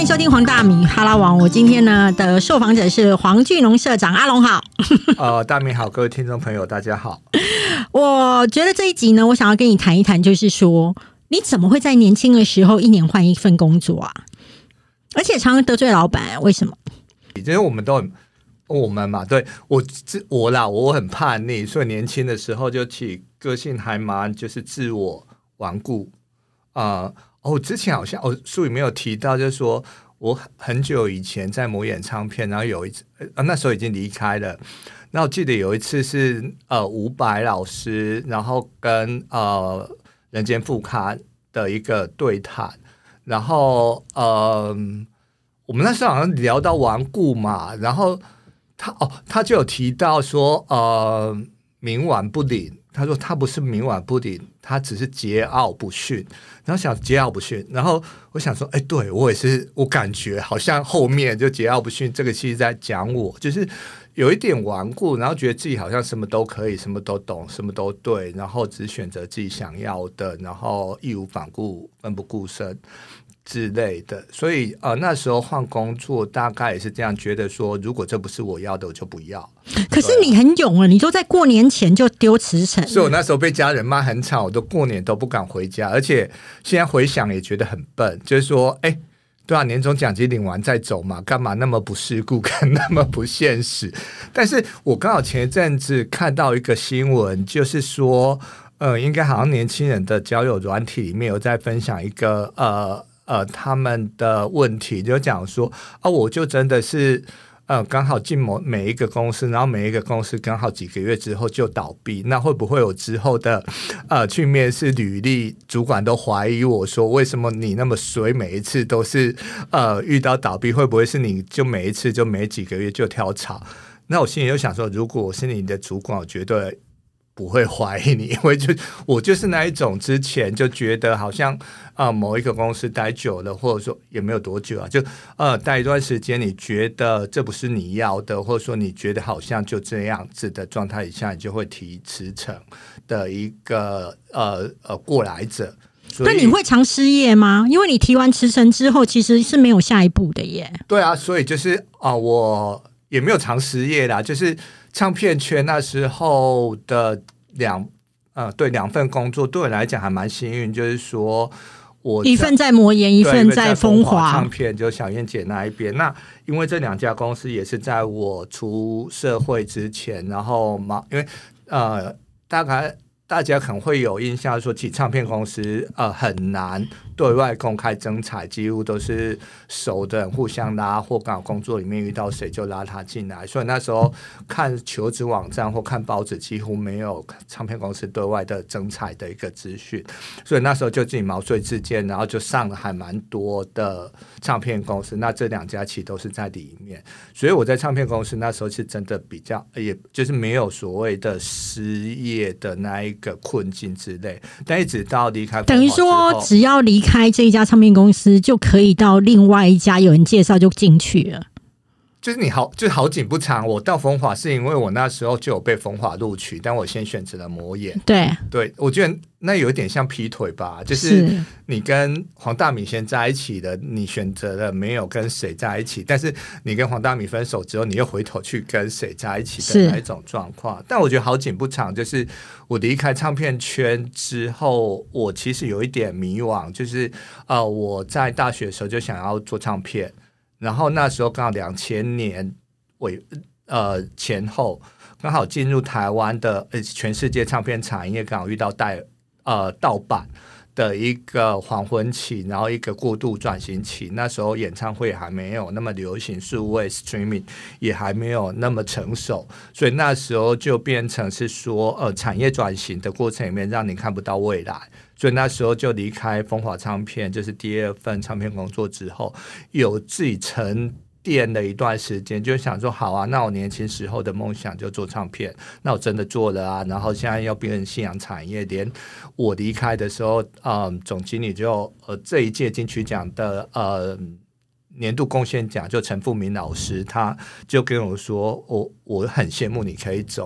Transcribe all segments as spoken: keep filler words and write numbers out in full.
迎收听黄大米哈拉王。我今天呢的受访者是黄俊龙社长，阿龙好。 呃，大米好，各位听众朋友大家好。 我觉得这一集呢，我想要跟你谈一谈，就是说你怎么会在年轻的时候一年换一份工作啊？而且常常得罪老板，为什么？ 因为我们都很我们嘛，对我我啦，我很叛逆，所以年轻的时候就起个性还蛮就是自我顽固啊。呃哦，之前好像哦书里面有提到，就是说我很久以前在某演唱片，然后有一次、呃、那时候已经离开了。那我记得有一次是呃伍佰老师，然后跟呃人间副刊的一个对谈，然后呃我们那时候好像聊到顽固嘛，然后他哦他就有提到说呃冥顽不灵。他说他不是冥顽不灵，他只是桀骜不驯。然后想桀骜不驯，然后我想说，哎，对我也是，我感觉好像后面就桀骜不驯这个其实在讲我，就是有一点顽固，然后觉得自己好像什么都可以，什么都懂，什么都对，然后只选择自己想要的，然后义无反顾，奋不顾身之类的。所以呃那时候换工作大概也是这样，觉得说如果这不是我要的我就不要。 可是你很勇了，你都在过年前就丢辞呈， 所以我那时候被家人骂很惨，我都过年都不敢回家，而且现在回想也觉得很笨，就是说哎，对啊，年终奖金领完再走嘛，干嘛那么不世故，干那么不现实。但是我刚好前一阵子看到一个新闻，就是说呃，应该好像年轻人的交友软体里面有在分享一个呃呃他们的问题，就讲说啊，我就真的是呃刚好进某每一个公司，然后每一个公司刚好几个月之后就倒闭，那会不会有之后的呃去面试履历，主管都怀疑我说为什么你那么衰，每一次都是呃遇到倒闭，会不会是你就每一次就没几个月就跳槽？那我心里就想说，如果我是你的主管，我绝对不会怀疑你，因为就我就是那一种之前就觉得好像呃某一个公司待久了，或者说也没有多久啊，就呃待一段时间，你觉得这不是你要的，或者说你觉得好像就这样子的状态下，你就会提辞呈的一个呃呃过来者。 那你会常失业吗？因为你提完辞呈之后，其实是没有下一步的耶。 对啊，所以就是啊、呃，我也没有常失业啦，就是唱片圈那时候的两呃对两份工作，对我来讲还蛮幸运，就是说我一份在魔岩，一份在风华唱片，就小燕姐那一边。那因为这两家公司也是在我出社会之前，然后嘛，因为呃大概。大家可能会有印象说，其实唱片公司呃很难对外公开征才，几乎都是熟的人互相拉，或刚好工作里面遇到谁就拉他进来。所以那时候看求职网站或看报纸，几乎没有唱片公司对外的征才的一个资讯。所以那时候就自己毛遂自荐，然后就上了还蛮多的唱片公司。那这两家其实都是在里面，所以我在唱片公司那时候是真的比较，也就是没有所谓的失业的那一个。个困境之类，但一直到离开， 等于说只要离开这一家唱片公司，就可以到另外一家，有人介绍就进去了。 就是你好，就是好景不长。我到风华是因为我那时候就有被风华录取，但我先选择了魔眼。 对， 对，我觉得那有点像劈腿吧，就是你跟黄大米先在一起的，你选择了没有跟谁在一起，但是你跟黄大米分手之后，你又回头去跟谁在一起的那一种状况。但我觉得好景不长，就是我离开唱片圈之后，我其实有一点迷惘，就是呃，我在大学的时候就想要做唱片。然后那时候刚好两千年尾呃前后，刚好进入台湾的呃全世界唱片产业，刚好遇到带呃盗版的一个黄昏期，然后一个过渡转型期。那时候演唱会还没有那么流行，数位 streaming 也还没有那么成熟，所以那时候就变成是说呃产业转型的过程里面，让你看不到未来。所以那时候就离开风华唱片，就是第二份唱片工作之后，有自己沉淀了一段时间，就想说好啊，那我年轻时候的梦想就做唱片，那我真的做了啊。然后现在要变成信仰产业，连我离开的时候，嗯，总经理就呃这一届金曲奖的呃年度贡献奖，就陈富明老师，他就跟我说，我我很羡慕你可以走。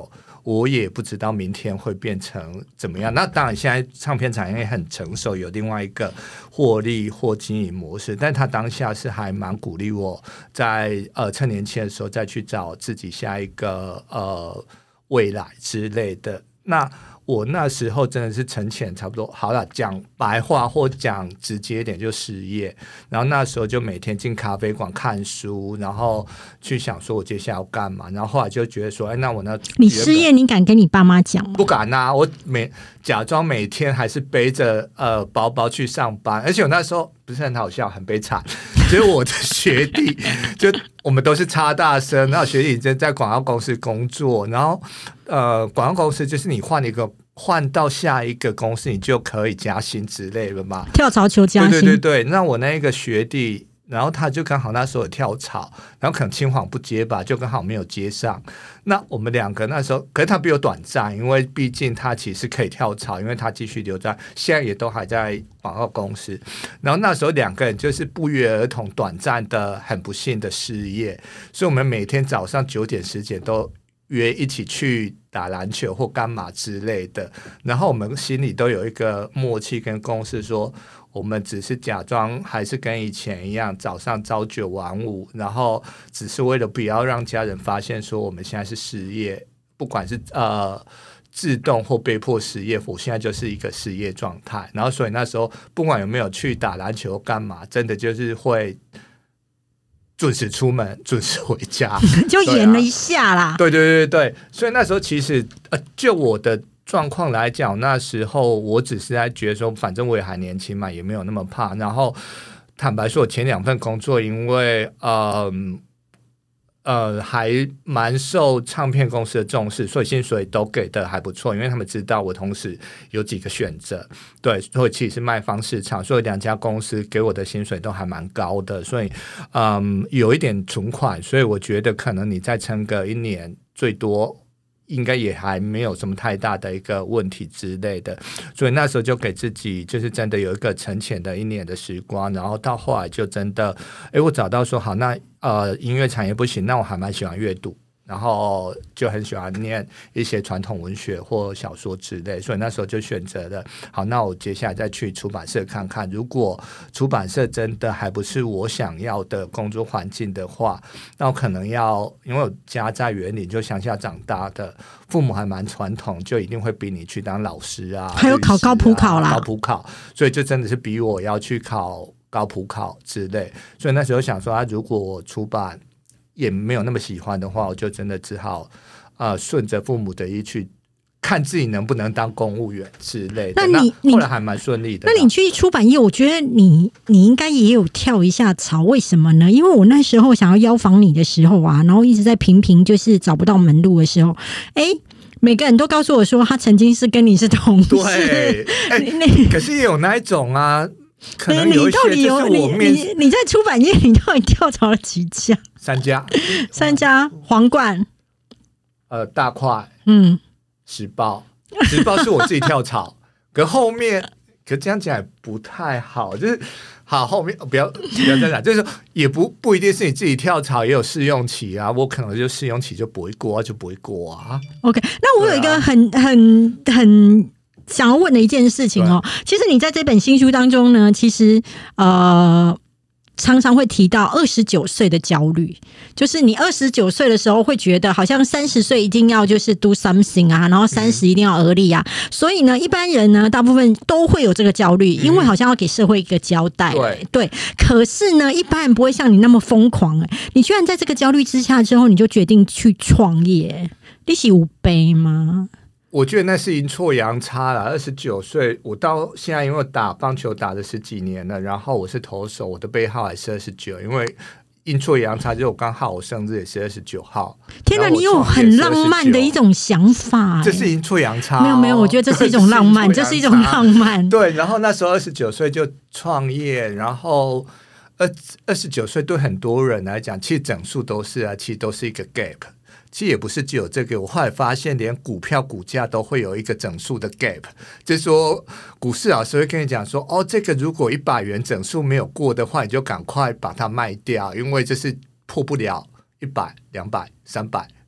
我也不知道明天会变成怎么样。那当然现在唱片产业很成熟，有另外一个获利或经营模式，但他当下是还蛮鼓励我在呃趁年轻的时候再去找自己下一个呃未来之类的。那我那时候真的是沉潜差不多，好了，讲白话或讲直接一点就失业，然后那时候就每天进咖啡馆看书，然后去想说我接下来要干嘛，然后后来就觉得说，哎，那我那你失业你敢跟你爸妈讲吗？ 不敢啊，我每假装每天还是背着呃包包去上班，而且我那时候不是很好笑，很悲惨，就是我的学弟就我们都是插大生，然后学弟在广告公司工作，然后呃广告公司就是你换一个换到下一个公司你就可以加薪之类的嘛， 跳槽求加薪。 对对对对，那我那个学弟，然后他就刚好那时候有跳槽，然后可能青黄不接吧，就刚好没有接上。那我们两个那时候，可是他比我短暂，因为毕竟他其实可以跳槽，因为他继续留在，现在也都还在广告公司。然后那时候两个人就是不约而同短暂的很不幸的失业，所以我们每天早上九点十点都约一起去打篮球或干嘛之类的，然后我们心里都有一个默契跟共识说，我们只是假装还是跟以前一样早上朝九晚五，然后只是为了不要让家人发现说我们现在是失业，不管是呃自动或被迫失业，我现在就是一个失业状态。然后所以那时候不管有没有去打篮球干嘛，真的就是会准时出门，准时回家， 就演了一下啦。 对对对对，所以那时候其实呃，就我的状况来讲，那时候我只是在觉得说，反正我也还年轻嘛，也没有那么怕。然后坦白说，我前两份工作，因为呃呃还蛮受唱片公司的重视，所以薪水都给的还不错，因为他们知道我同时有几个选择。对，所以其实是卖方市场，所以两家公司给我的薪水都还蛮高的，所以嗯有一点存款，所以我觉得可能你再撑个一年，最多应该也还没有什么太大的一个问题之类的，所以那时候就给自己就是真的有一个沉潜的一年的时光，然后到后来就真的，哎，我找到说好，那呃音乐产业不行，那我还蛮喜欢阅读，然后就很喜欢念一些传统文学或小说之类，所以那时候就选择了好，那我接下来再去出版社看看，如果出版社真的还不是我想要的工作环境的话，那我可能要，因为我家在园林就乡下长大的，父母还蛮传统，就一定会逼你去当老师啊， 还有考高普考啦， 高普考，所以就真的是逼我要去考高普考之类，所以那时候想说啊，如果我出版也没有那么喜欢的话，我就真的只好呃顺着父母的意去看自己能不能当公务员之类的。 那你那后来还蛮顺利的。 那你去出版业，我觉得你你应该也有跳一下槽，为什么呢？因为我那时候想要邀访你的时候啊，然后一直在频频就是找不到门路的时候，哎。每个人都告诉我说，他曾经是跟你是同事。 对，欸、可是也有那一种啊，可能有一些就是我面你, 你, 你在出版业，你到底跳槽了几家？ 三家， 三家，皇冠， 呃，大块， 嗯， 时报，时报是我自己跳槽，可后面，可这样讲也不太好，就是好后面不要不要再讲，就是也不不一定是你自己跳槽，也有试用期啊，我可能就试用期就不会过，就不会过啊。 OK， 那我有一个很、啊、很很想要问的一件事情哦，其实你在这本新书当中呢，其实呃。常常会提到二十九岁的焦虑，就是你二十九岁的时候会觉得好像三十岁一定要就是 do something 啊，然后三十一定要而立啊、嗯，所以呢，一般人呢大部分都会有这个焦虑，因为好像要给社会一个交代。 嗯、对对，可是呢，一般人不会像你那么疯狂哎、欸，你居然在这个焦虑之下之后，你就决定去创业，你是有悲吗？ 我觉得那是阴错阳差了。二十九岁，我到现在因为我打棒球打了十几年了，然后我是投手，我的背号还是二十九，因为阴错阳差，就我刚好我生日也是二十九号。 天哪，你有很浪漫的一种想法、欸， 这是阴错阳差、哦。 没有没有，我觉得这是一种浪漫，这是一种浪漫。 对，然后那时候二十九岁就创业，然后二二十九岁对很多人来讲，其实整数都是啊，其实都是一个 gap。其实也不是只有这个，我后来发现连股票股价都会有一个整数的 gap， 就是说股市老师会跟你讲说，哦，这个如果一百元整数没有过的话，你就赶快把它卖掉，因为这是破不了一百、两百、三百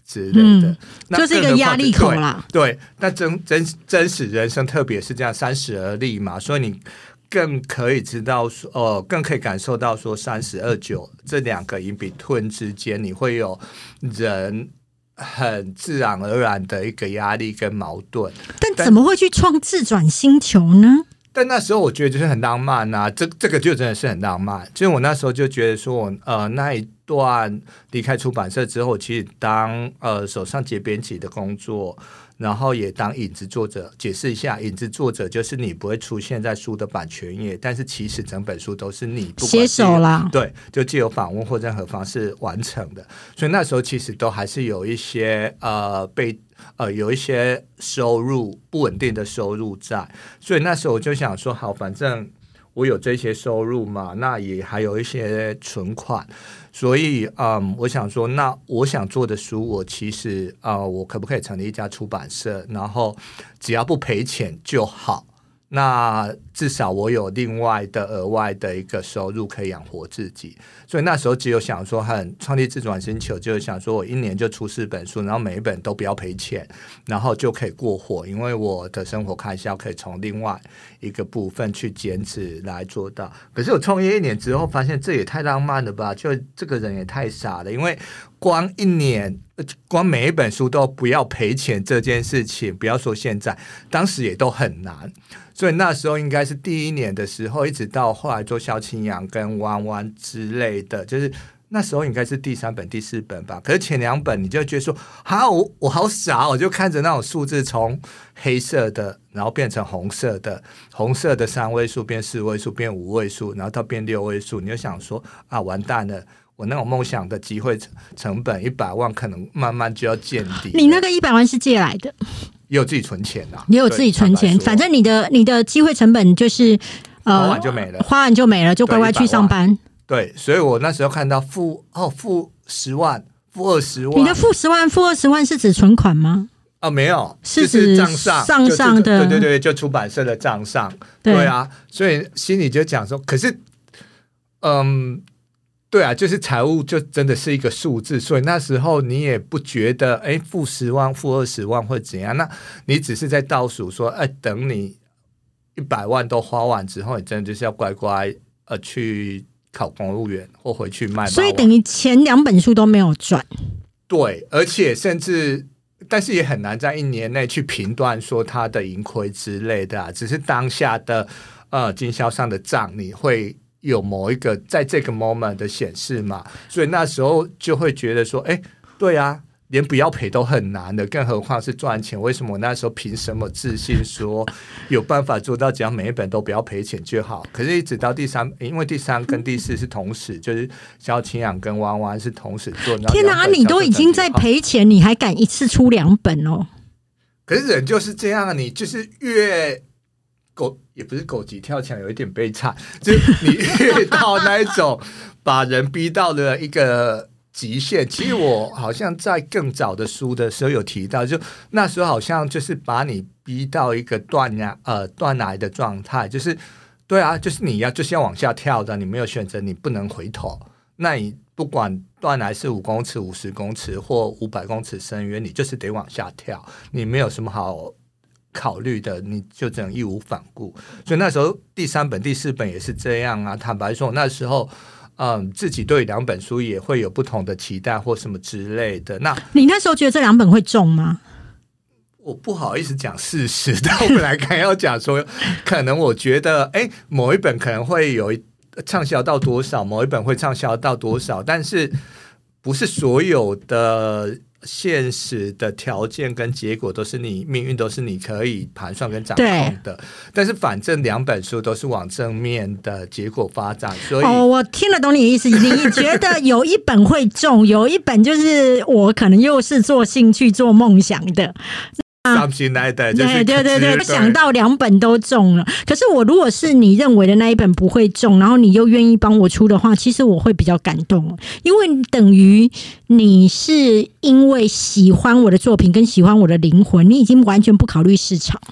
之类的， 嗯、就是一个压力口啦。 对，对那真真真实人生特别是这样，三十而立嘛，所以你更可以知道说，哦，更可以感受到说三十二九这两个 in between 之间，你会有人很自然而然的一个压力跟矛盾。 但怎么会去创自转星球呢？ 但那时候我觉得就是很浪漫啊，这这个就真的是很浪漫。就是我那时候就觉得说我，呃，那一段离开出版社之后，其实当呃手上接编辑的工作，然后也当影子作者。解释一下，影子作者就是你不会出现在书的版权页，但是其实整本书都是你写手啦， 对，就藉由访问或任何方式完成的。所以那时候其实都还是有一些呃被。呃，有一些收入不稳定的收入在，所以那时候我就想说，好，反正我有这些收入嘛，那也还有一些存款，所以嗯，我想说，那我想做的书，我其实呃，我可不可以成立一家出版社，然后只要不赔钱就好。那至少我有另外的额外的一个收入可以养活自己，所以那时候只有想说很创立自转星球，就是想说我一年就出四本书，然后每一本都不要赔钱，然后就可以过活，因为我的生活开销可以从另外一个部分去减脂来做到。可是我创业一年之后发现这也太浪漫了吧，就这个人也太傻了，因为光一年光每一本书都不要赔钱这件事情，不要说现在，当时也都很难。所以那时候应该是第一年的时候，一直到后来做萧清扬跟弯弯之类的，就是那时候应该是第三本第四本吧。可是前两本你就觉得说哈，我我好傻，我就看着那种数字从黑色的然后变成红色的，红色的三位数变四位数变五位数，然后到变六位数，你就想说啊，完蛋了，我那种梦想的机会成本一百万可能慢慢就要见底。 你那个一百万是借来的？ 也有自己存钱啊， 也有自己存钱，反正你的你的机会成本就是呃， 花完就没了， 花完就没了，就乖乖去上班。 对，所以我那时候看到负哦负十万、负二十万， 你的负十万、负二十万是指存款吗？ 哦，没有， 是指账上上上的， 对对对，就出版社的账上，对, 对啊，所以心里就讲说，可是，嗯。对啊，就是财务就真的是一个数字，所以那时候你也不觉得哎，负十万、负二十万会怎样？那你只是在倒数说，哎，等你一百万都花完之后，你真的就是要乖乖呃去考公务员或回去卖。 所以等于前两本书都没有赚。 对，而且甚至，但是也很难在一年内去评断说它的盈亏之类的啊，只是当下的呃经销商的账你会。有某一个在这个 moment 的显示嘛，所以那时候就会觉得说，哎，对啊，连不要赔都很难的，更何况是赚钱。为什么我那时候凭什么自信说有办法做到只要每一本都不要赔钱就好？可是一直到第三，因为第三跟第四是同时，就是萧清扬跟弯弯是同时做。 天哪，你都已经在赔钱，你还敢一次出两本哦？ 可是人就是这样，你就是越。狗也不是狗急跳墙，有一点悲惨，就是你遇到那一种把人逼到了一个极限。其实我好像在更早的书的时候有提到，就那时候好像就是把你逼到一个断崖呃断崖的状态，就是对啊，就是你要就是要往下跳的，你没有选择，你不能回头。那你不管断崖是五公尺、五十公尺或五百公尺深渊，你就是得往下跳，你没有什么好。考虑的，你就只能义无反顾。所以那时候第三本、第四本也是这样啊。坦白说，那时候嗯，自己对两本书也会有不同的期待或什么之类的。那你那时候觉得这两本会中吗？ 我不好意思讲事实，但我本来刚要讲说，可能我觉得，哎，某一本可能会有畅销到多少，某一本会畅销到多少，但是不是所有的。现实的条件跟结果都是你命运都是你可以盘算跟掌控的，但是反正两本书都是往正面的结果发展，所以哦，我听得懂你的意思。你觉得有一本会中，有一本就是我可能又是做兴趣、做梦想的。 上心来的，就是对对对对，想到两本都中了。可是我如果是你认为的那一本不会中，然后你又愿意帮我出的话，其实我会比较感动，因为等于你是因为喜欢我的作品跟喜欢我的灵魂，你已经完全不考虑市场。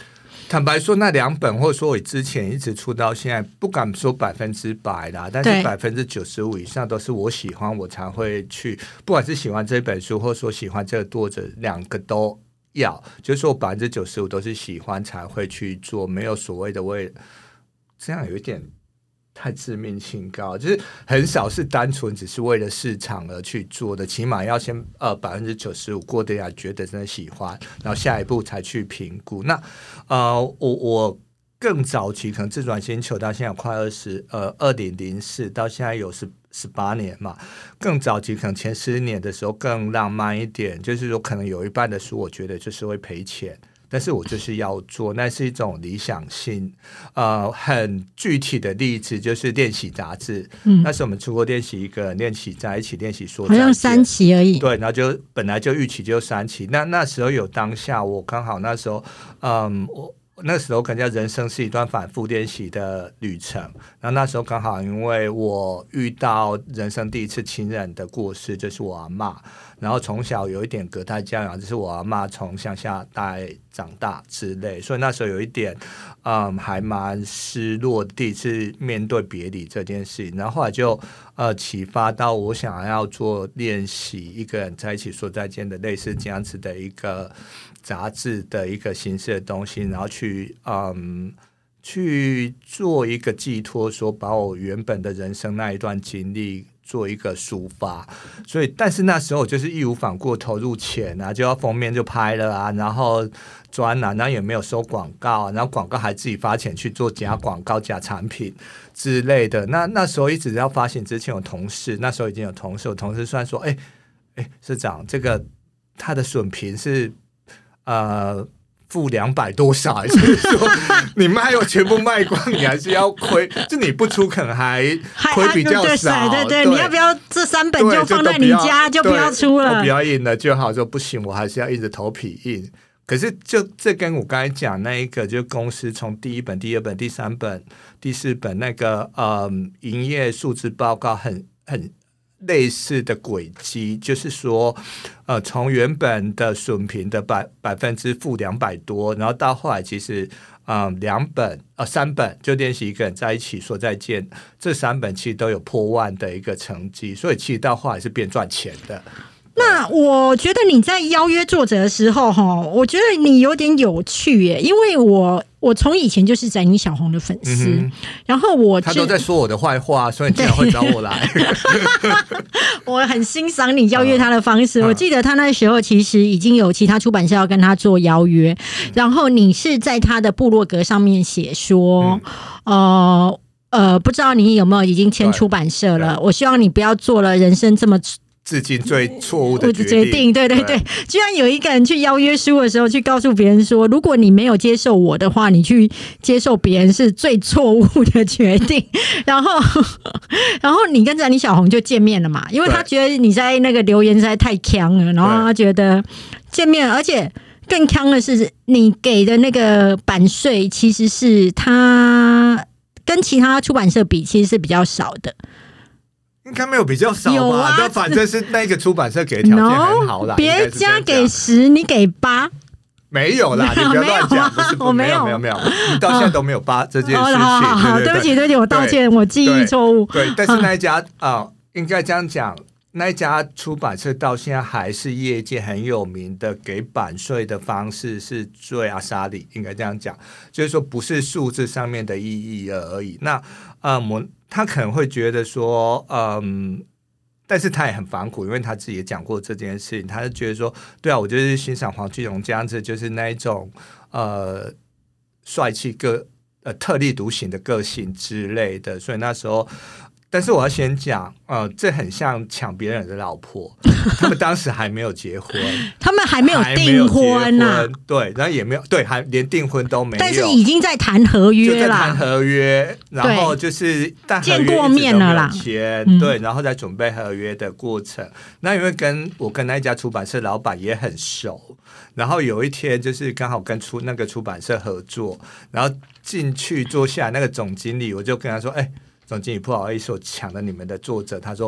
坦白说，那两本或者说我之前一直出到现在，不敢说百分之百啦，但是百分之九十五以上都是我喜欢，我才会去，不管是喜欢这本书，或者说喜欢这个作者，两个都要，就是说百分之九十五都是喜欢才会去做，没有所谓的为这样有一点太致命性高，就是很少是单纯只是为了市场而去做的，起码要先呃百分之九十五过得来，觉得真的喜欢，然后下一步才去评估。那呃，我我更早期可能自转星球到现在有快二十呃二零零四到现在有十十八年嘛，更早期可能前十年的时候更浪漫一点，就是说可能有一半的书我觉得就是会赔钱。但是我就是要做，那是一种理想性。呃，很具体的例子就是练习杂志，嗯，那时候我们出过练习一个练习在一起练习说， 好像三期而已。 对，然后就本来就预期就三期，那那时候有当下，我刚好那时候，嗯，我。那时候可能叫人生是一段反复练习的旅程，然后那时候刚好因为我遇到人生第一次亲人的过世，就是我阿嬷，然后从小有一点隔代教养，就是我阿嬷从乡下带长大之类，所以那时候有一点嗯还蛮失落的，第一次面对别离这件事情，然后后来就呃启发到我想要做练习一个人在一起说再见的类似这样子的一个杂志的一个形式的东西，然后去嗯去做一个寄托，说把我原本的人生那一段经历做一个抒发。所以但是那时候我就是义无反顾投入钱啊，就要封面就拍了啊，然后专栏，然后也没有收广告，然后广告还自己发钱去做假广告假产品之类的。那那时候一直要发行之前有同事，那时候已经有同事，有同事算说哎哎市长，这个他的损平是呃，负两百多少？就是说，你卖我全部卖光，你还是要亏，就你不出可能还亏比较少。 对 对, 对, 对，你要不要这三本就放在你家，就不要出了？ 我不要印了就好。说不行，我还是要一直头皮印。可是就这跟我刚才讲那一个，就公司从第一本、第二本、第三本、第四本那个呃营业数字报告很很。类似的轨迹，就是说，呃，从原本的损平的百百分之负两百多，然后到后来其实，嗯，两本呃三本就练习一个人在一起说再见，这三本其实都有破万的一个成绩，所以其实到后来是变赚钱的。 那我觉得你在邀约作者的时候，哈，我觉得你有点有趣耶，因为我我从以前就是宅女小红的粉丝，嗯、然后我他都在说我的坏话，所以你竟然会找我来。 我很欣赏你邀约他的方式。嗯、我记得他那时候其实已经有其他出版社要跟他做邀约，嗯、然后你是在他的部落格上面写说，嗯、呃呃，不知道你有没有已经签出版社了？我希望你不要做了人生这么。 至今最错误的决定， 决定对对对，居然有一个人去邀约书的时候，去告诉别人说，如果你没有接受我的话，你去接受别人是最错误的决定。然后，然后你跟宅女小红就见面了嘛，因为他觉得你在那个留言实在太呛了，然后他觉得见面，而且更呛的是，你给的那个版税其实是他跟其他出版社比，其实是比较少的。 应该没有比较少吧？那、啊、反正是那个出版社给的条件很好啦。 别、no, 家给十，你给八， 没有啦，你不要乱讲。 我没有， 没有，没有，你到现在都没有八、哦、这件事情。 好好好，对不起，对不起，我道歉，我记忆错误。 对，但是那一家啊、呃，应该这样讲，那一家出版社到现在还是业界很有名的，给版税的方式是最阿莎里，应该这样讲，就是说不是数字上面的意义而已。那呃，我。他可能会觉得说，嗯，但是他也很反骨，因为他自己也讲过这件事情。他就觉得说，对啊，我就是欣赏黄俊荣这样子，就是那一种呃帅气个呃特立独行的个性之类的。所以那时候，但是我要先讲，呃，这很像抢别人的老婆。他们当时还没有结婚， 他们还没有订婚呐、啊， 对，然后也没有对，还连订婚都没有， 但是已经在谈合约了， 就在谈合约，然后就是但合约见过面了啦， 嗯、对，然后在准备合约的过程。那因为跟我跟那一家出版社老板也很熟，然后有一天就是刚好跟出那个出版社合作，然后进去坐下来，那个总经理我就跟他说，哎、欸。总经理不好意思，我抢了你们的作者。他说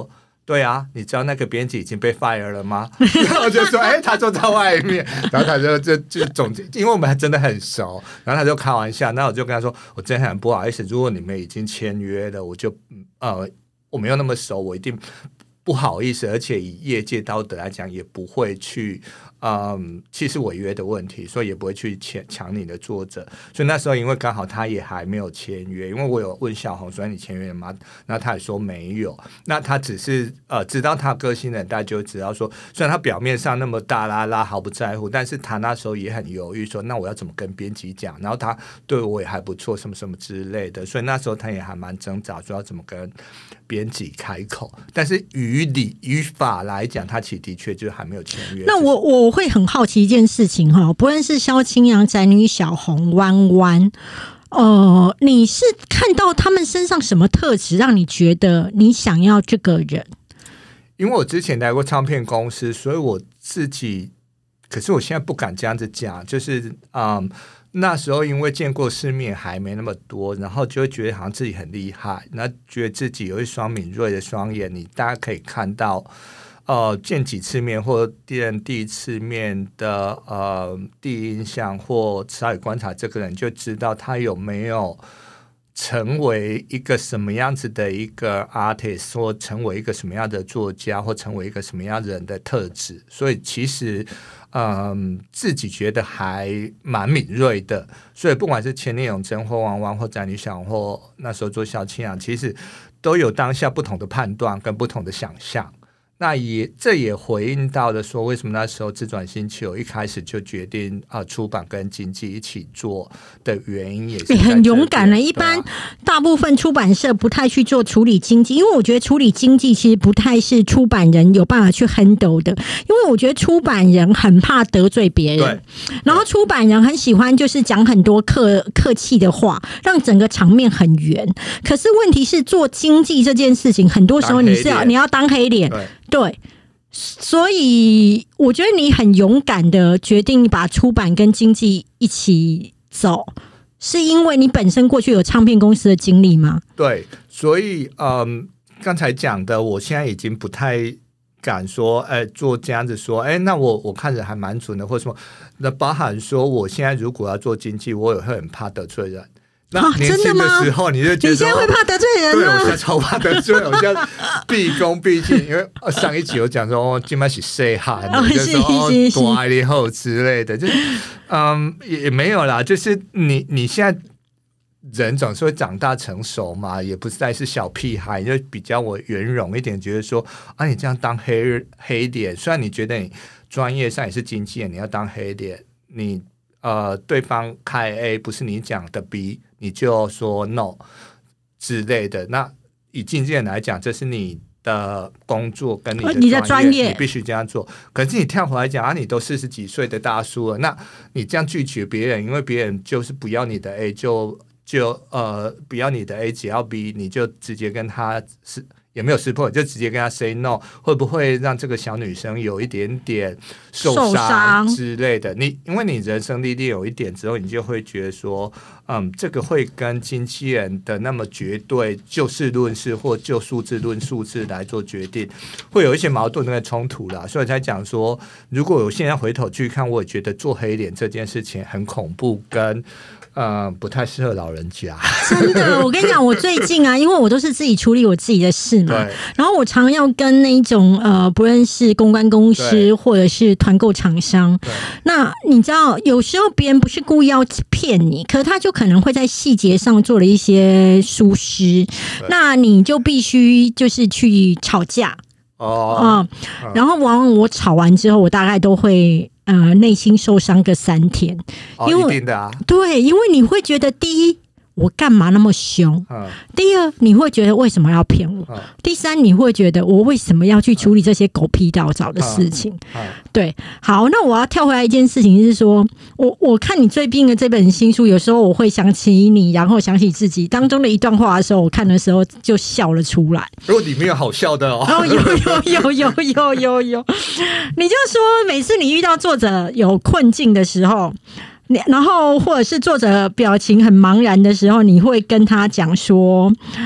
对啊，你知道那个编辑已经被 fire 了吗？然后我就说，哎、欸，他坐在外面，然后他就就就总结，因为我们真的很熟，然后他就开玩笑，那我就跟他说，我真的很不好意思，如果你们已经签约了，我就呃，我没有那么熟，我一定不好意思，而且以业界道德来讲，也不会去。嗯，其实违约的问题，所以也不会去抢你的作者。所以那时候因为刚好他也还没有签约，因为我有问小红说你签约了吗？那他也说没有。那他只是呃知道他个性的人，大家就知道说，虽然他表面上那么大啦啦毫不在乎，但是他那时候也很犹豫说，那我要怎么跟编辑讲？然后他对我也还不错，什么什么之类的。所以那时候他也还蛮挣扎，说要怎么跟编辑开口。但是于理于法来讲，他其实的确就还没有签约。 那我我。我会很好奇一件事情哈，不论是萧清扬、宅女小红、弯弯，呃，你是看到他们身上什么特质，让你觉得你想要这个人？ 因为我之前待过唱片公司，所以我自己，可是我现在不敢这样子讲，就是嗯，那时候因为见过世面还没那么多，然后就会觉得好像自己很厉害，那觉得自己有一双敏锐的双眼，你大家可以看到。呃，见几次面或见第一次面的呃第一印象或稍微观察这个人，就知道他有没有成为一个什么样子的一个 artist， 或成为一个什么样的作家，或成为一个什么样的人的特质。所以其实嗯，自己觉得还蛮敏锐的。所以不管是千里永贞或王王或宅女小或那时候做萧清扬，其实都有当下不同的判断跟不同的想象。那也这也回应到了说，为什么那时候自转星球一开始就决定啊、呃、出版跟经纪一起做的原因也是也很勇敢了。一般大部分出版社不太去做处理经纪，因为我觉得处理经纪其实不太是出版人有办法去 handle 的，因为我觉得出版人很怕得罪别人，然后出版人很喜欢就是讲很多客客气的话，让整个场面很圆。可是问题是做经纪这件事情，很多时候你是要你要当黑脸。对，所以我觉得你很勇敢的决定把出版跟经纪一起走，是因为你本身过去有唱片公司的经历吗？ 对，所以嗯，刚才讲的，我现在已经不太敢说，哎，做这样子说，哎，那我我看着还蛮准的，或者什么，那包含说，我现在如果要做经纪，我也会很怕得罪人。那年轻的时候你就觉得、啊、 你现在会怕得罪人吗？ 对，我现在超怕得罪人，我现在毕恭毕敬，因为上一集有讲说哦，今晚是谁喊，就是说多爱你后之类的，就是嗯也没有啦，就是你你现在人总是会长大成熟嘛，也不再是小屁孩，就比较我圆融一点，觉得说啊，你这样当黑黑脸，虽然你觉得你专业上也是经纪人，你要当黑脸，你呃对方开 A 不是你讲的 B。你就说 no 之类的，那以经纪人来讲，这是你的工作跟你的专业， 你的专业你必须这样做。可是你跳回来讲啊，你都四十几岁的大叔了，那你这样拒绝别人，因为别人就是不要你的 A， 就就呃不要你的 A， 只要 B， 你就直接跟他是。也没有识破，就直接跟他 say no， 会不会让这个小女生有一点点受伤之类的？你因为你人生历练有一点之后，你就会觉得说，嗯，这个会跟经纪人的那么绝对就事论事或就数字论数字来做决定，会有一些矛盾跟冲突啦。所以才讲说，如果我现在回头去看，我也觉得做黑脸这件事情很恐怖，跟呃不太适合老人家。 真的，我跟你讲，我最近啊，因为我都是自己处理我自己的事嘛，然后我常要跟那一种呃，不论是公关公司或者是团购厂商，那你知道，有时候别人不是故意要骗你，可是他就可能会在细节上做了一些疏失，那你就必须就是去吵架哦、嗯，然后往往我吵完之后，我大概都会。呃，内心受伤个三天，因为、 哦、一定的啊， 对，因为你会觉得第一，我干嘛那么凶？嗯、第二，你会觉得为什么要骗我？嗯、第三，你会觉得我为什么要去处理这些狗屁倒灶的事情？嗯嗯、对，好，那我要跳回来一件事情是说，我我看你最近的这本新书，有时候我会想起你，然后想起自己当中的一段话的时候，我看的时候就笑了出来。 如果里面有好笑的哦， 哦，有有有有有有有，你就说每次你遇到作者有困境的时候。然后或者是作者表情很茫然的时候，你会跟他讲说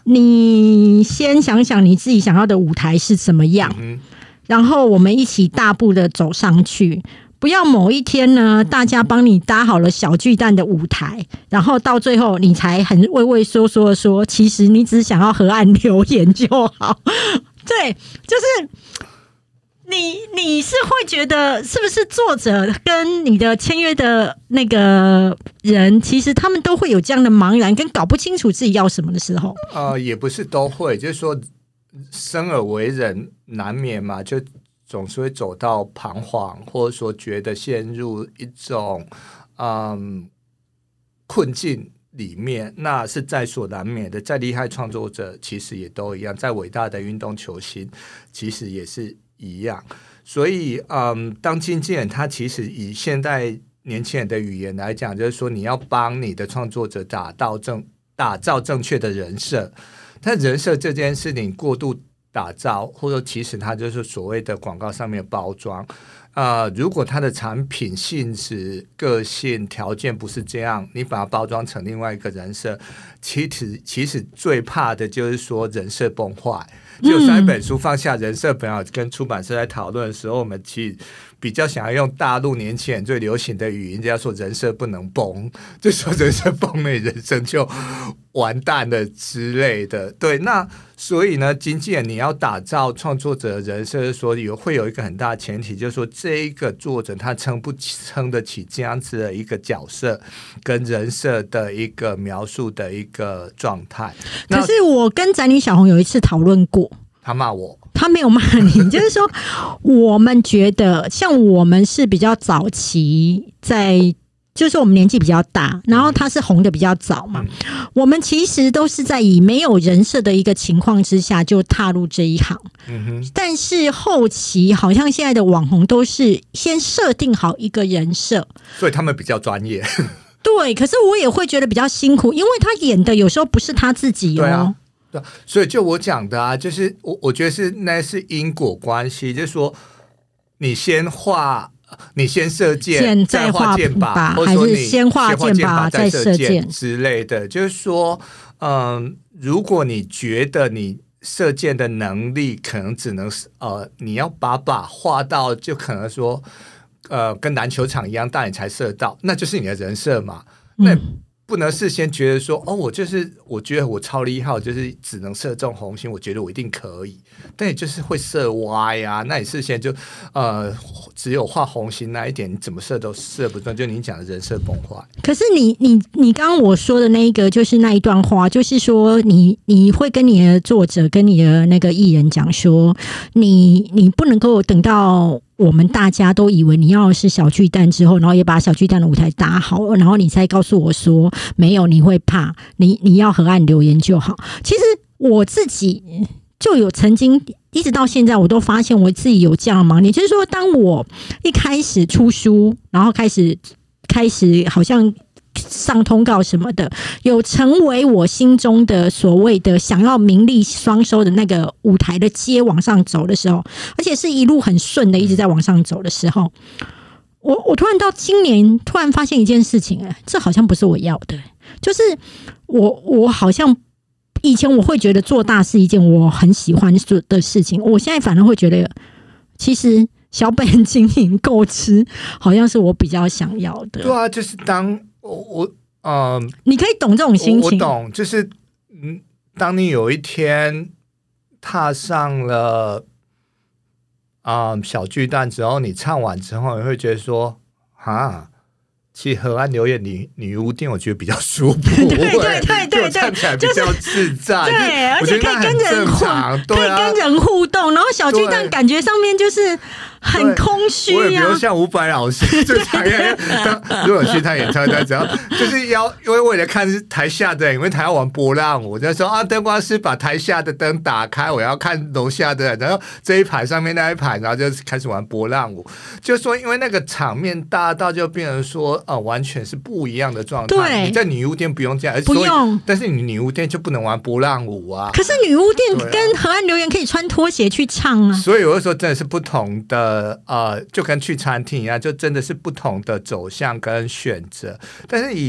你先想想你自己想要的舞台是怎么样，嗯、然后我们一起大步的走上去。不要某一天呢，大家帮你搭好了小巨蛋的舞台，然后到最后你才很畏畏缩缩的说，其实你只想要河岸留言就好。对，就是你你是会觉得是不是作者跟你的签约的那个人，其实他们都会有这样的茫然跟搞不清楚自己要什么的时候？ 呃，也不是都会，就是说生而为人难免嘛，就总是会走到彷徨，或者说觉得陷入一种嗯困境里面，那是在所难免的。再厉害创作者其实也都一样，再伟大的运动球星其实也是一样。所以嗯，当经纪人他其实以现代年轻人的语言来讲，就是说你要帮你的创作者打造正打造正确的人设，但人设这件事情过度打造，或者其实它就是所谓的广告上面的包装。呃，如果它的产品性质、个性、条件不是这样，你把它包装成另外一个人设，其实其实最怕的就是说人设崩坏。就上一本书放下人设本来跟出版社在讨论的时候，我们其实比较想要用大陆年轻人最流行的语言，叫说人设不能崩，就说人设崩了，人生就完蛋了之类的。对，那所以呢，经纪人你要打造创作者的人设，说有会有一个很大的前提，就是说这一个作者他撑不撑得起这样子的一个角色跟人设的一个描述的一个状态。 可是我跟宅女小红有一次讨论过， 他骂我， 他没有骂你，就是说我们觉得像我们是比较早期在，就是我们年纪比较大，然后他是红的比较早嘛，嗯、我们其实都是在以没有人设的一个情况之下就踏入这一行，嗯哼，但是后期好像现在的网红都是先设定好一个人设， 所以他们比较专业。 对，可是我也会觉得比较辛苦，因为他演的有时候不是他自己哦。 对啊，对，所以就我讲的啊，就是我我觉得是那是因果关系，就是说你先画，你先射箭，再画箭靶，或者说你先画箭靶再射箭之类的。就是说，嗯，如果你觉得你射箭的能力可能只能呃，你要把靶画到，就可能说。呃，跟篮球场一样大你才射到，那就是你的人设嘛。那、嗯、不能事先觉得说，哦，我就是我觉得我超厉害，我就是只能射中红心，我觉得我一定可以。但你就是会射歪啊，那你事先就呃只有画红心那一点，你怎么射都射不中，就你讲的人设崩坏。 可是你你你刚刚我说的那一个，就是那一段话，就是说你你会跟你的作者跟你的那个艺人讲说，你你不能够等到。我们大家都以为你要的是小巨蛋之后，然后也把小巨蛋的舞台搭好，然后你才告诉我说没有，你会怕，你你要河岸留言就好。其实我自己就有曾经一直到现在，我都发现我自己有这样的盲点，就是说，当我一开始出书，然后开始开始好像。上通告什么的，有成为我心中的所谓的想要名利双收的那个舞台的街往上走的时候，而且是一路很顺的一直在往上走的时候，我我突然到今年突然发现一件事情，哎，这好像不是我要的，就是我我好像以前我会觉得做大是一件我很喜欢做的事情，我现在反而会觉得其实小本经营够吃，好像是我比较想要的。 对啊，就是当。我我呃， 你可以懂这种心情。 我, 我懂，就是嗯，当你有一天踏上了啊、呃、小巨蛋之后，你唱完之后，你会觉得说啊，其实河岸留言女女巫店，我觉得比较舒服， 对对对对对， 唱起来比较自在， 就是、对，而且可以跟人互， 啊、 可以跟人互动，然后小巨蛋感觉上面就是。很空虚啊！ 我也不用像伍佰老师就常样，如果去他演唱会，只要就是要因为为了看台下的人，因为他要玩波浪舞，就说啊，灯光师把台下的灯打开，我要看楼下的人，然后这一排上面那一排，然后就开始玩波浪舞。就说因为那个场面大到就变成说，呃，完全是不一样的状态。 对， 你在女巫店不用这样， 不用， 但是你女巫店就不能玩波浪舞啊。 可是女巫店跟河岸留言可以穿拖鞋去唱啊。 所以有的时候真的是不同的。呃，就跟去餐厅一样，就真的是不同的走向跟选择。但是以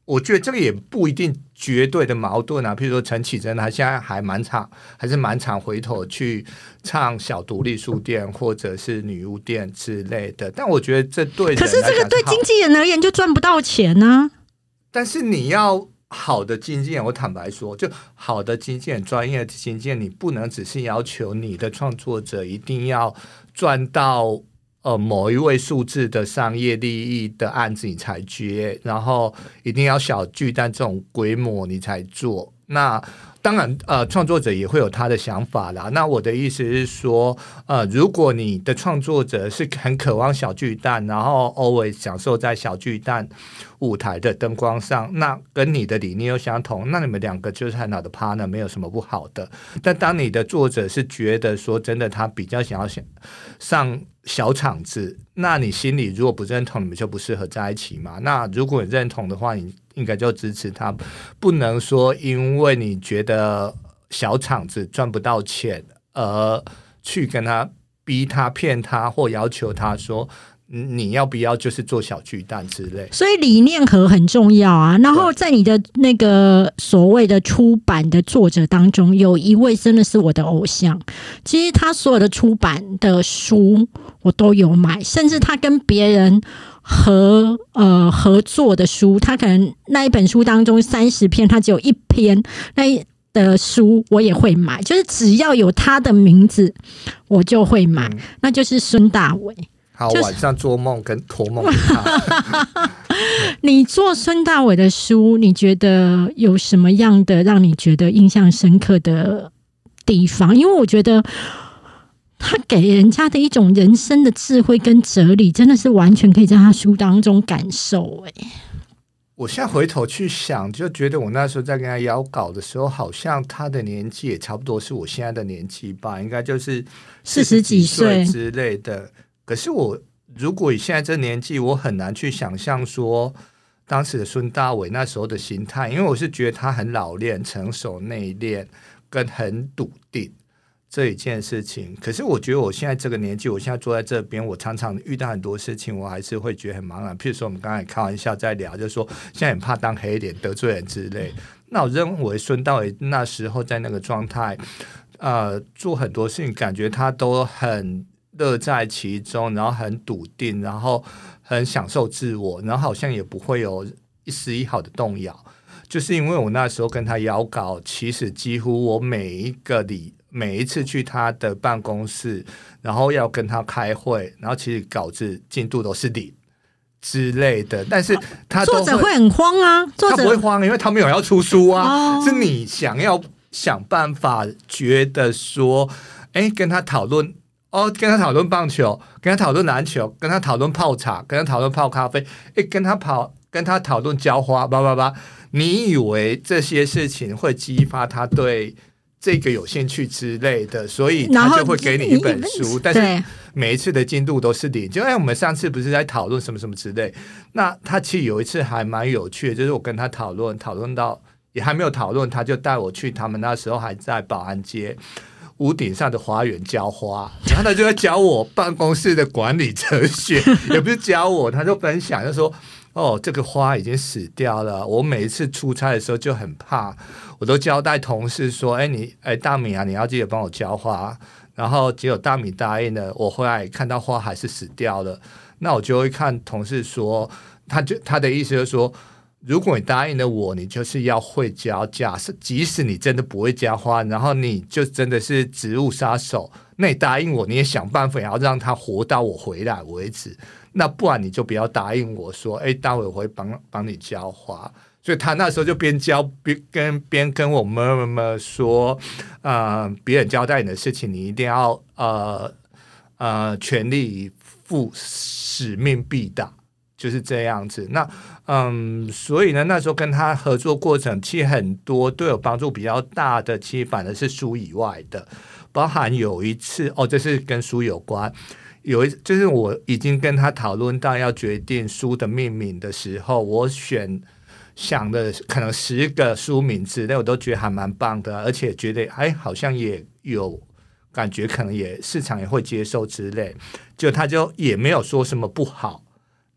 我觉得这个也不一定绝对的矛盾啊。譬如说陈绮贞，他现在还蛮常，还是蛮常回头去唱小独立书店或者是女巫店之类的。但我觉得这对人来讲是好， 可是这个对经纪人而言就赚不到钱啊。 但是你要好的经纪人，我坦白说，就好的经纪人、专业的经纪人，你不能只是要求你的创作者一定要赚到呃某一位数字的商业利益的案子你才接，然后一定要小巨蛋这种规模你才做。那当然，呃，创作者也会有他的想法啦。那我的意思是说，呃，如果你的创作者是很渴望小巨蛋，然后 always 享受在小巨蛋舞台的灯光上，那跟你的理念又相同，那你们两个就是很好的 partner， 没有什么不好的。但当你的作者是觉得说，真的他比较想要上小场子，那你心里如果不认同，你们就不适合在一起嘛。那如果你认同的话，你应该就支持他，不能说因为你觉得小场子赚不到钱而去跟他逼他、骗他或要求他说你要不要就是做小巨蛋之类。 所以理念合很重要啊。然后在你的那个所谓的出版的作者当中，有一位真的是我的偶像，其实他所有的出版的书我都有买，甚至他跟别人合呃合作的书，他可能那一本书当中三十篇，他只有一篇那的书我也会买，就是只要有他的名字我就会买，嗯、那就是孙大炜。 好，就是、晚上做梦跟托梦给他。 你做孙大炜的书，你觉得有什么样的让你觉得印象深刻的地方？因为我觉得他给人家的一种人生的智慧跟哲理，真的是完全可以在他书当中感受。哎， 我现在回头去想，就觉得我那时候在跟他邀稿的时候，好像他的年纪也差不多是我现在的年纪吧，应该就是四十几岁之类的。可是我如果以现在这年纪，我很难去想象说当时的孙大炜那时候的心态，因为我是觉得他很老练、成熟、内敛，跟很笃定这一件事情。可是我觉得我现在这个年纪，我现在坐在这边，我常常遇到很多事情，我还是会觉得很茫然。譬如说我们刚才开玩笑在聊，就是说现在很怕当黑脸得罪人之类。那我认为孙大炜那时候在那个状态，呃，做很多事情，感觉他都很乐在其中，然后很笃定，然后很享受自我，然后好像也不会有一丝一毫的动摇。就是因为我那时候跟他邀稿，其实几乎我每一个礼每一次去他的办公室，然后要跟他开会，然后其实稿子进度都是零之类的，但是他都会作者会很慌啊，作者他不会慌，因为他没有要出书啊，哦、是你想要想办法觉得说，哎，跟他讨论。哦，跟他讨论棒球，跟他讨论篮球，跟他讨论泡茶，跟他讨论泡咖啡，诶，跟他跑，跟他讨论浇花，叭叭叭。你以为这些事情会激发他对这个有兴趣之类的，所以他就会给你一本书，但是每一次的进度都是零。就哎，我们上次不是在讨论什么什么之类，那他其实有一次还蛮有趣的，就是我跟他讨论，讨论到也还没有讨论，他就带我去他们那时候还在保安街屋顶上的花园浇花，然后他就在教我办公室的管理哲学，也不是教我，他就分享，就说哦，这个花已经死掉了。我每一次出差的时候就很怕，我都交代同事说，哎，你哎大米啊，你要记得帮我浇花。然后结果大米答应了，我回来看到花还是死掉了，那我就会看同事说，他就他的意思就是说，如果你答应了我，你就是要会浇，假设即使你真的不会浇花，然后你就真的是植物杀手，那你答应我，你也想办法要让它活到我回来为止，那不然你就不要答应我说，哎，待会我会帮帮你浇花。所以他那时候就边教边跟边跟我们们说，呃，别人交代你的事情，你一定要呃呃全力以赴，使命必达。就是这样子。那嗯，所以呢，那时候跟他合作过程，其实很多对我帮助比较大的，其实反而是书以外的，包含有一次哦，这是跟书有关，有一就是我已经跟他讨论到要决定书的命名的时候，我选想的可能十个书名之类，我都觉得还蛮棒的，而且觉得哎，好像也有感觉，可能也市场也会接受之类，就他就也没有说什么不好。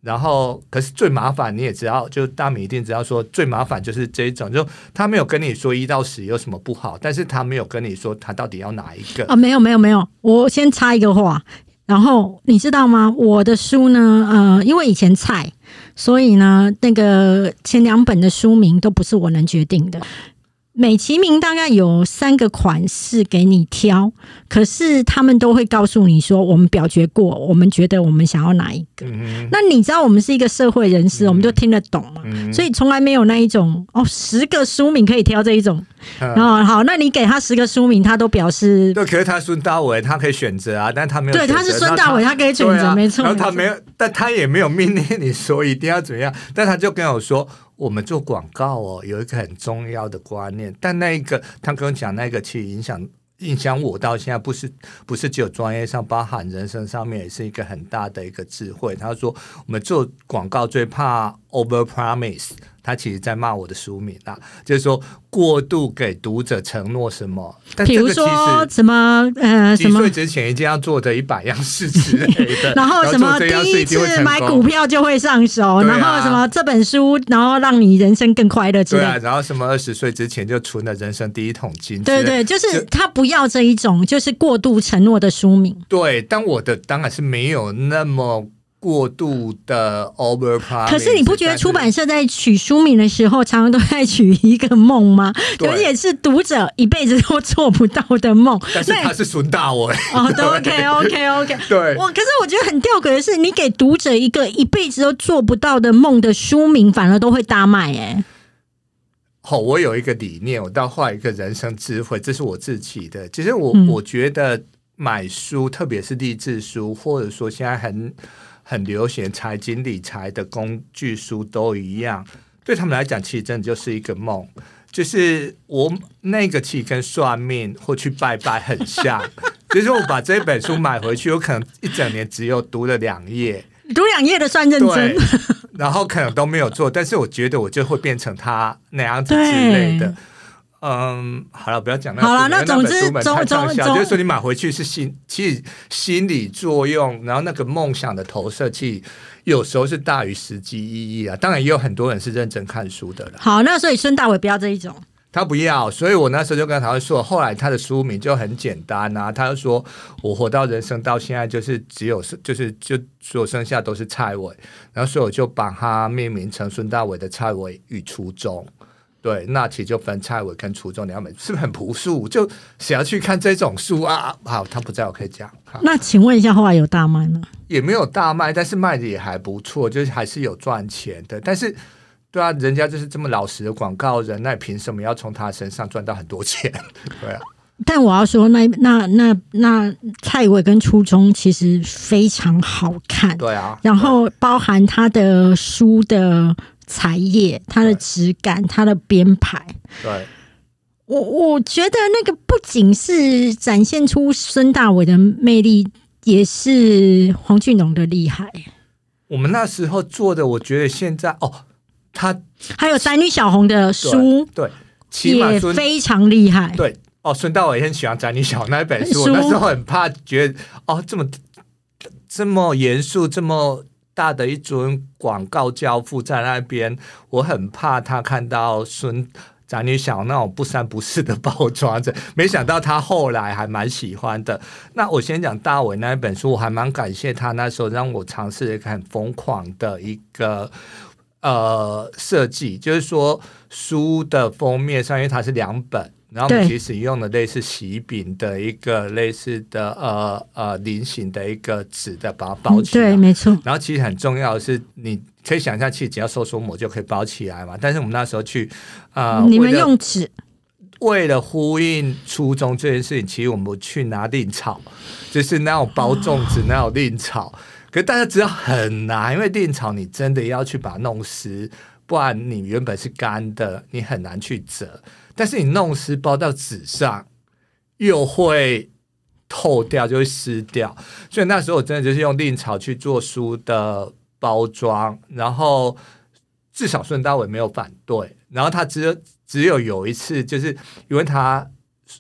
然后可是最麻烦你也知道，就大米一定知道说最麻烦就是这一种，就他没有跟你说一到十有什么不好，但是他没有跟你说他到底要哪一个啊？没有没有没有，我先插一个话，然后你知道吗？我的书呢，呃，因为以前菜，所以呢，那个前两本的书名都不是我能决定的。美其名大概有三个款式给你挑，可是他们都会告诉你说，我们表决过，我们觉得我们想要哪一个。嗯、那你知道我们是一个社会人士，嗯、我们就听得懂嘛，嗯、所以从来没有那一种哦，十个书名可以挑这一种。然后、嗯、好，那你给他十个书名，他都表示对，可是他孙大伟他可以选择啊，但他没有选择。 对，他是孙大伟，他可以选择，啊、没错。 然后他没有，但他也没有命令你说一定要怎么样，但他就跟我说。我们做广告哦，有一个很重要的观念，但那一个他跟我讲，那个其实影响影响我到现在，不是不是只有专业上，包含人生上面也是一个很大的一个智慧。他说，我们做广告最怕 over promise。他其实在骂我的书名啦，就是说过度给读者承诺什么，但这个其实比如说什么呃几岁之前一定要做的一百样事之类的， 然后什么第一次买股票就会上手，啊、然后什么这本书，然后让你人生更快乐之类的， 对啊，然后什么二十岁之前就存了人生第一桶金， 对对，就是他不要这一种就是过度承诺的书名。 对，但我的当然是没有那么。过度的 over promise， 可是你不觉得出版社在取书名的时候，常常都在取一个梦吗？有也是读者一辈子都做不到的梦。 但是他是孙大伟哦，对 ，OK OK OK， 对。 我可是我觉得很吊诡的是，你给读者一个一辈子都做不到的梦的书名，反而都会大卖哎、欸。 好、哦，我有一个理念，我到后来一个人生智慧，这是我自己的。其实我、嗯、我觉得买书，特别是励志书，或者说现在很。很流行财经理财的工具书都一样，对他们来讲其实真的就是一个梦，就是我那个其实跟算命或去拜拜很像就是我把这本书买回去，我可能一整年只有读了两页， 读两页的算认真， 然后可能都没有做，但是我觉得我就会变成他那样子之类的。嗯，好了，不要讲那好了。那总之， 总总就是说，你买回去是心，其实心理作用，然后那个梦想的投射，其实有时候是大于实际意义啊。当然，也有很多人是认真看书的了。 好，那所以孙大伟不要这一种， 他不要，所以我那时候就跟他说，后来他的书名就很简单啊，他就说我活到人生到现在，就是只有就是就所有剩下都是蔡伟，然后所以我就把它命名成孙大伟的蔡伟与初衷。对，那其实就分蔡伟跟初衷两本，是不是很朴素？就谁要去看这种书啊？好，他不在，我可以讲。 那请问一下，后来有大卖吗？ 也没有大卖，但是卖的也还不错，就是还是有赚钱的。但是，对啊，人家就是这么老实的广告人，那你凭什么要从他身上赚到很多钱？对啊。 但我要说那，那那那那蔡伟跟初衷其实非常好看， 对啊。 然后包含他的书的彩页，它的质感，它的编排， 对， 我我觉得那个不仅是展现出孙大伟的魅力，也是黄俊荣的厉害。 我们那时候做的，我觉得现在哦，他还有宅女小红的书， 对，对也非常厉害。 对，哦，孙大伟也很喜欢宅女小红那一本书，我那时候很怕，觉得哦，这么这么严肃，这么。大的一尊广告教父在那边，我很怕他看到孙宅女小那种不三不四的包装着，没想到他后来还蛮喜欢的。那我先讲大伟那一本书，我还蛮感谢他那时候让我尝试一个很疯狂的一个呃设计，就是说书的封面上，因为它是两本。然后我们其实用的类似喜饼的一个类似的呃呃菱形的一个纸的把它包起来、 嗯、对，没错。 然后其实很重要的是，你可以想象，其实只要收缩膜就可以包起来嘛。但是我们那时候去呃， 你们用纸， 为了呼应初衷这件事情，其实我们去拿令草，就是那种包粽子那种令草。可是大家知道很难，因为令草你真的要去把它弄湿，不然你原本是干的，你很难去折。但是你弄湿包到纸上又会透掉，就会湿掉，所以那时候我真的就是用令草去做书的包装，然后至少孙大伟没有反对，然后他只有只有有一次，就是因为他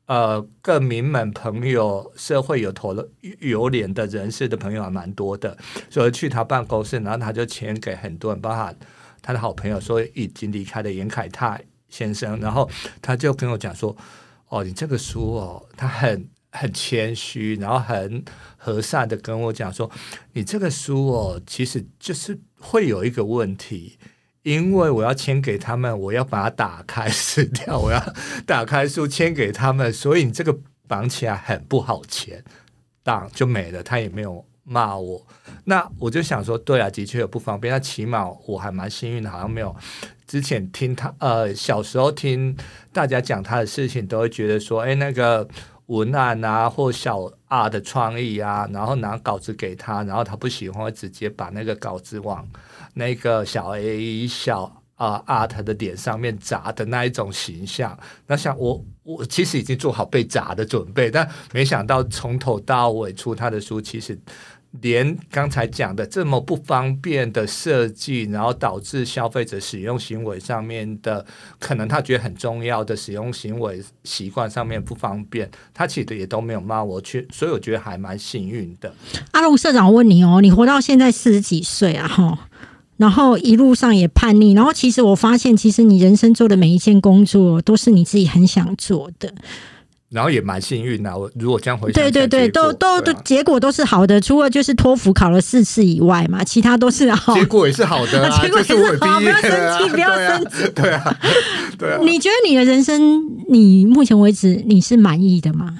呃各名门朋友、社会有头有脸的人士的朋友还蛮多的，所以去他办公室，然后他就签给很多人，包括他的好朋友说已经离开的严凯泰先生，然后他就跟我讲说：“哦，你这个书哦，他很很谦虚，然后很和善的跟我讲说，你这个书哦，其实就是会有一个问题。”因为我要签给他们，我要把它打开撕掉，我要打开书签给他们，所以你这个绑起来很不好签，当就没了。他也没有骂我，那我就想说，对啊，的确有不方便。那起码我还蛮幸运的，好像没有之前听他呃小时候听大家讲他的事情，都会觉得说，哎，那个文案啊或小 R 的创意啊，然后拿稿子给他，然后他不喜欢，会直接把那个稿子往那个小 A 小啊、呃、art 的脸上面砸的那一种形象。那像我我其实已经做好被砸的准备，但没想到从头到尾出他的书，其实连刚才讲的这么不方便的设计，然后导致消费者使用行为上面的可能他觉得很重要的使用行为习惯上面不方便，他其实也都没有骂我去，所以我觉得还蛮幸运的。 阿龙社长问你哦，你活到现在四十几岁啊齁，然后一路上也叛逆，然后其实我发现其实你人生做的每一件工作都是你自己很想做的， 然后也蛮幸运的。我如果这样回想， 对对对，都都对、啊、 结果都是好的，除了就是托福考了四次以外嘛，其他都是好。 结果也是好的、啊， 结果也是好， 就是我不要生气，不要生气。 对啊，对啊。 你觉得你的人生，你目前为止你是满意的吗？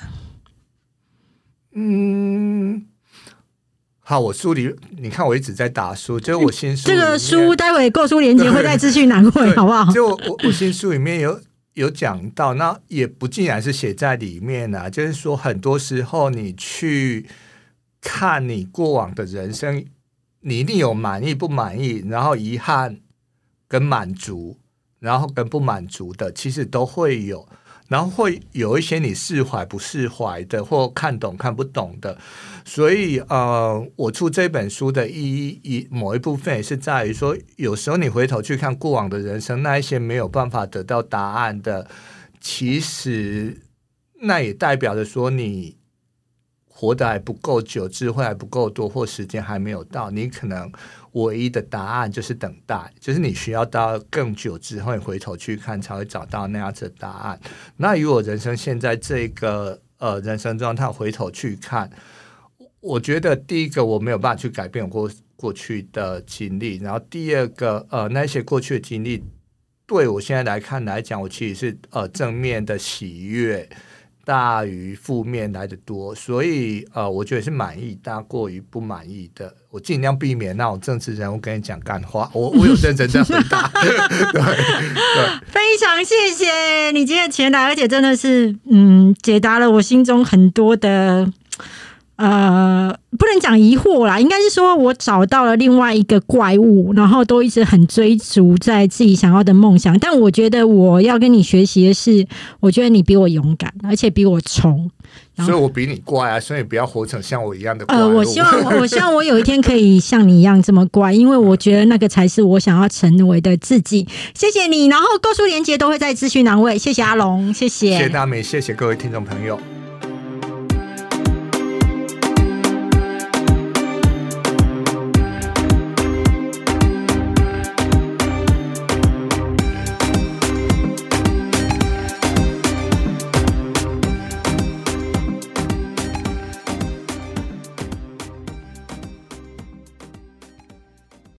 嗯。好，我书里你看我一直在打书，就我新书这个书待会购书连结会在资讯栏位，好不好？ 就我我新书里面有有讲到，那也不尽然是写在里面啊，就是说很多时候你去看你过往的人生，你一定有满意不满意，然后遗憾跟满足，然后跟不满足的，其实都会有。然后会有一些你释怀不释怀的，或看懂看不懂的，所以呃，我出这本书的意义某一部分也是在于说，有时候你回头去看过往的人生，那一些没有办法得到答案的，其实那也代表着说你活得还不够久，智慧还不够多，或时间还没有到，你可能唯一的答案就是等待，就是你需要到更久之后，你回头去看才会找到那样子的答案。那以我人生现在这个呃人生状态回头去看，我觉得第一个我没有办法去改变我过过去的经历，然后第二个呃那些过去的经历对我现在来看来讲，我其实是呃正面的喜悦大于负面来的多，所以呃，我觉得是满意大过于不满意的。我尽量避免那种政治人物跟你讲干话，我我有认真这样回答。对对， 非常谢谢你今天前来，而且真的是嗯，解答了我心中很多的。呃，不能讲疑惑啦，应该是说我找到了另外一个怪物，然后都一直很追逐在自己想要的梦想。但我觉得我要跟你学习的是，我觉得你比我勇敢，而且比我冲， 所以我比你怪啊，所以不要活成像我一样的怪物。 呃，我希望我希望我有一天可以像你一样这么怪，因为我觉得那个才是我想要成为的自己。谢谢你，然后购书连结都会在资讯栏位。谢谢阿龙，谢谢， 谢谢大美，谢谢各位听众朋友。